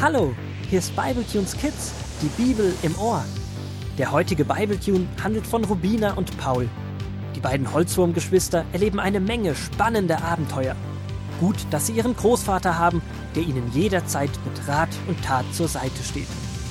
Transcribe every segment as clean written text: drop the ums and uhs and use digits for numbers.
Hallo, hier ist Bibletunes Kids, die Bibel im Ohr. Der heutige Bibletune handelt von Rubina und Paul. Die beiden Holzwurmgeschwister erleben eine Menge spannender Abenteuer. Gut, dass sie ihren Großvater haben, der ihnen jederzeit mit Rat und Tat zur Seite steht.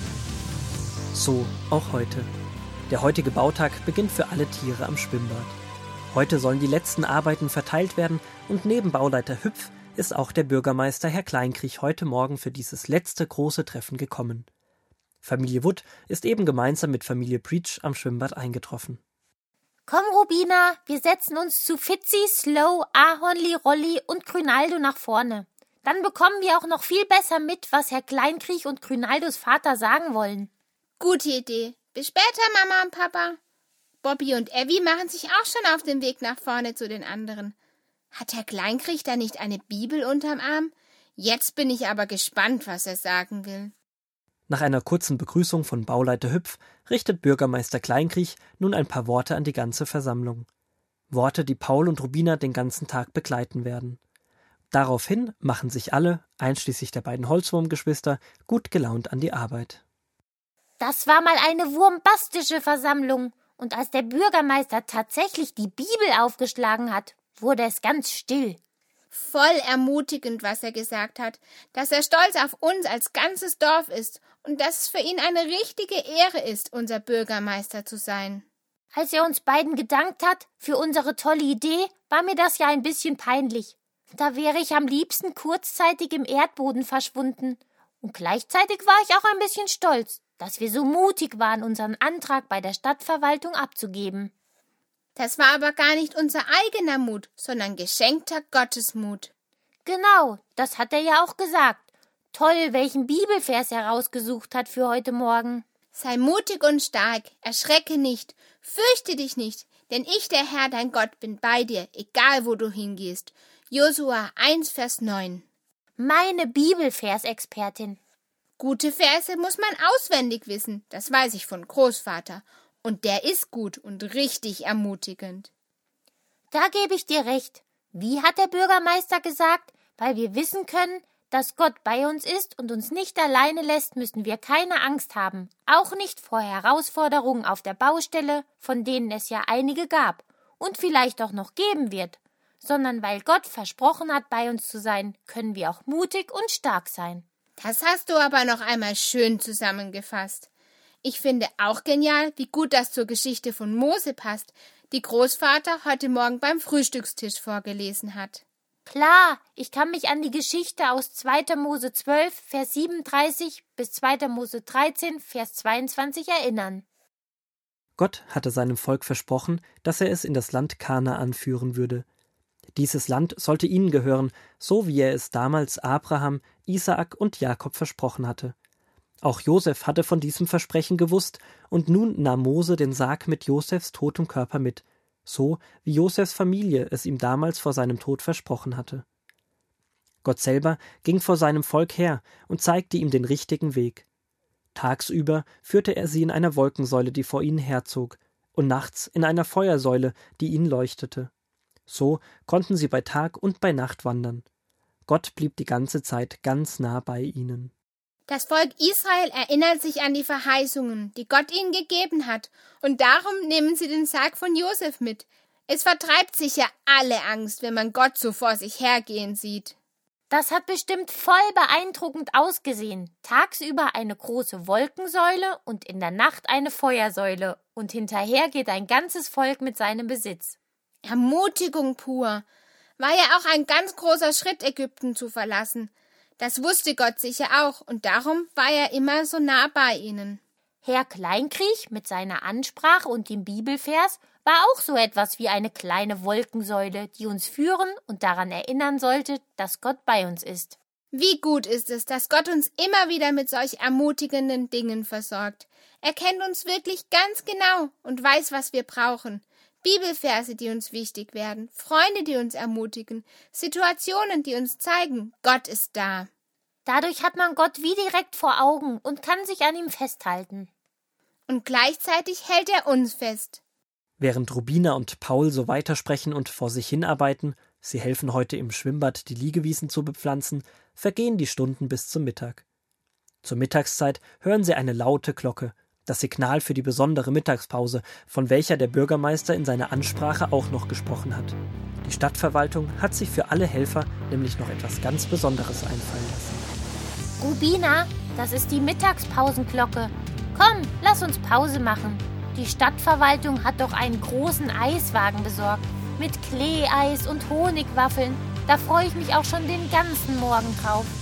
So auch heute. Der heutige Bautag beginnt für alle Tiere am Schwimmbad. Heute sollen die letzten Arbeiten verteilt werden und neben Bauleiter Hüpf ist auch der Bürgermeister Herr Kleinkriech heute Morgen für dieses letzte große Treffen gekommen. Familie Wood ist eben gemeinsam mit Familie Preach am Schwimmbad eingetroffen. Komm, Rubina, wir setzen uns zu Fitzi, Slow, Ahornli, Rolli und Grünaldo nach vorne. Dann bekommen wir auch noch viel besser mit, was Herr Kleinkriech und Grünaldos Vater sagen wollen. Gute Idee. Bis später, Mama und Papa. Bobby und Evie machen sich auch schon auf den Weg nach vorne zu den anderen. Hat Herr Kleinkriech da nicht eine Bibel unterm Arm? Jetzt bin ich aber gespannt, was er sagen will. Nach einer kurzen Begrüßung von Bauleiter Hüpf richtet Bürgermeister Kleinkriech nun ein paar Worte an die ganze Versammlung. Worte, die Paul und Rubina den ganzen Tag begleiten werden. Daraufhin machen sich alle, einschließlich der beiden Holzwurmgeschwister, gut gelaunt an die Arbeit. Das war mal eine wurmbastische Versammlung. Und als der Bürgermeister tatsächlich die Bibel aufgeschlagen hat, wurde es ganz still. Voll ermutigend, was er gesagt hat, dass er stolz auf uns als ganzes Dorf ist und dass es für ihn eine richtige Ehre ist, unser Bürgermeister zu sein. Als er uns beiden gedankt hat für unsere tolle Idee, war mir das ja ein bisschen peinlich. Da wäre ich am liebsten kurzzeitig im Erdboden verschwunden. Und gleichzeitig war ich auch ein bisschen stolz, dass wir so mutig waren, unseren Antrag bei der Stadtverwaltung abzugeben. Das war aber gar nicht unser eigener Mut, sondern geschenkter Gottesmut. Genau, das hat er ja auch gesagt. Toll, welchen Bibelvers er rausgesucht hat für heute Morgen. Sei mutig und stark, erschrecke nicht, fürchte dich nicht, denn ich, der Herr, dein Gott, bin bei dir, egal wo du hingehst. Josua 1, Vers 9. Meine Bibelversexpertin. Gute Verse muss man auswendig wissen, das weiß ich von Großvater. Und der ist gut und richtig ermutigend. Da gebe ich dir recht. Wie hat der Bürgermeister gesagt? Weil wir wissen können, dass Gott bei uns ist und uns nicht alleine lässt, müssen wir keine Angst haben. Auch nicht vor Herausforderungen auf der Baustelle, von denen es ja einige gab und vielleicht auch noch geben wird. Sondern weil Gott versprochen hat, bei uns zu sein, können wir auch mutig und stark sein. Das hast du aber noch einmal schön zusammengefasst. Ich finde auch genial, wie gut das zur Geschichte von Mose passt, die Großvater heute Morgen beim Frühstückstisch vorgelesen hat. Klar, ich kann mich an die Geschichte aus 2. Mose 12, Vers 37 bis 2. Mose 13, Vers 22 erinnern. Gott hatte seinem Volk versprochen, dass er es in das Land Kanaan führen würde. Dieses Land sollte ihnen gehören, so wie er es damals Abraham, Isaak und Jakob versprochen hatte. Auch Josef hatte von diesem Versprechen gewusst, und nun nahm Mose den Sarg mit Josefs totem Körper mit, so wie Josefs Familie es ihm damals vor seinem Tod versprochen hatte. Gott selber ging vor seinem Volk her und zeigte ihm den richtigen Weg. Tagsüber führte er sie in einer Wolkensäule, die vor ihnen herzog, und nachts in einer Feuersäule, die ihnen leuchtete. So konnten sie bei Tag und bei Nacht wandern. Gott blieb die ganze Zeit ganz nah bei ihnen. Das Volk Israel erinnert sich an die Verheißungen, die Gott ihnen gegeben hat, und darum nehmen sie den Sarg von Josef mit. Es vertreibt sicher alle Angst, wenn man Gott so vor sich hergehen sieht. Das hat bestimmt voll beeindruckend ausgesehen. Tagsüber eine große Wolkensäule und in der Nacht eine Feuersäule, und hinterher geht ein ganzes Volk mit seinem Besitz. Ermutigung pur. War ja auch ein ganz großer Schritt, Ägypten zu verlassen. Das wusste Gott sicher auch, und darum war er immer so nah bei ihnen. Herr Kleinkriech mit seiner Ansprache und dem Bibelvers war auch so etwas wie eine kleine Wolkensäule, die uns führen und daran erinnern sollte, dass Gott bei uns ist. Wie gut ist es, dass Gott uns immer wieder mit solch ermutigenden Dingen versorgt. Er kennt uns wirklich ganz genau und weiß, was wir brauchen. Bibelverse, die uns wichtig werden, Freunde, die uns ermutigen, Situationen, die uns zeigen, Gott ist da. Dadurch hat man Gott wie direkt vor Augen und kann sich an ihm festhalten. Und gleichzeitig hält er uns fest. Während Rubina und Paul so weitersprechen und vor sich hinarbeiten, sie helfen heute im Schwimmbad die Liegewiesen zu bepflanzen, vergehen die Stunden bis zum Mittag. Zur Mittagszeit hören sie eine laute Glocke, das Signal für die besondere Mittagspause, von welcher der Bürgermeister in seiner Ansprache auch noch gesprochen hat. Die Stadtverwaltung hat sich für alle Helfer nämlich noch etwas ganz Besonderes einfallen lassen. Rubina, das ist die Mittagspausenglocke. Komm, lass uns Pause machen. Die Stadtverwaltung hat doch einen großen Eiswagen besorgt. Mit Klee-Eis und Honigwaffeln. Da freue ich mich auch schon den ganzen Morgen drauf.